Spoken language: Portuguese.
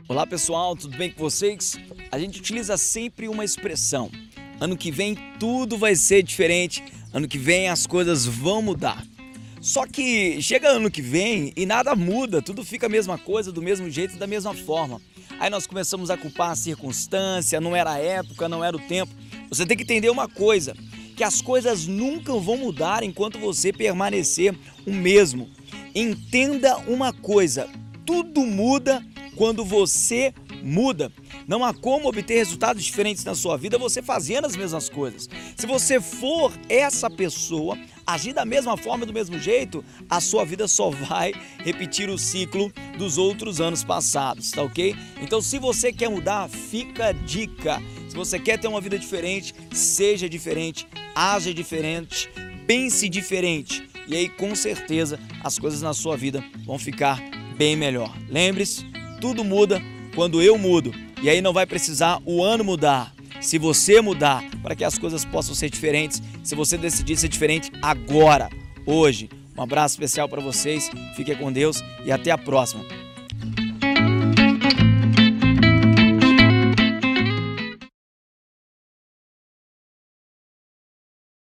Olá pessoal, tudo bem com vocês? A gente utiliza sempre uma expressão: ano que vem tudo vai ser diferente, ano que vem as coisas vão mudar. Só que chega ano que vem e nada muda, tudo fica a mesma coisa, do mesmo jeito, da mesma forma. Aí nós começamos a culpar a circunstância, não era a época, não era o tempo. Você tem que entender uma coisa, que as coisas nunca vão mudar enquanto você permanecer o mesmo. Entenda uma coisa, tudo muda quando você muda. Não há como obter resultados diferentes na sua vida você fazendo as mesmas coisas. Se você for essa pessoa, agir da mesma forma, do mesmo jeito, a sua vida só vai repetir o ciclo dos outros anos passados, tá ok? Então, se você quer mudar, fica a dica. Se você quer ter uma vida diferente, seja diferente, haja diferente, pense diferente. E aí, com certeza, as coisas na sua vida vão ficar bem melhor. Lembre-se, tudo muda quando eu mudo. E aí não vai precisar o ano mudar. Se você mudar para que as coisas possam ser diferentes, se você decidir ser diferente agora, hoje. Um abraço especial para vocês, fiquem com Deus e até a próxima.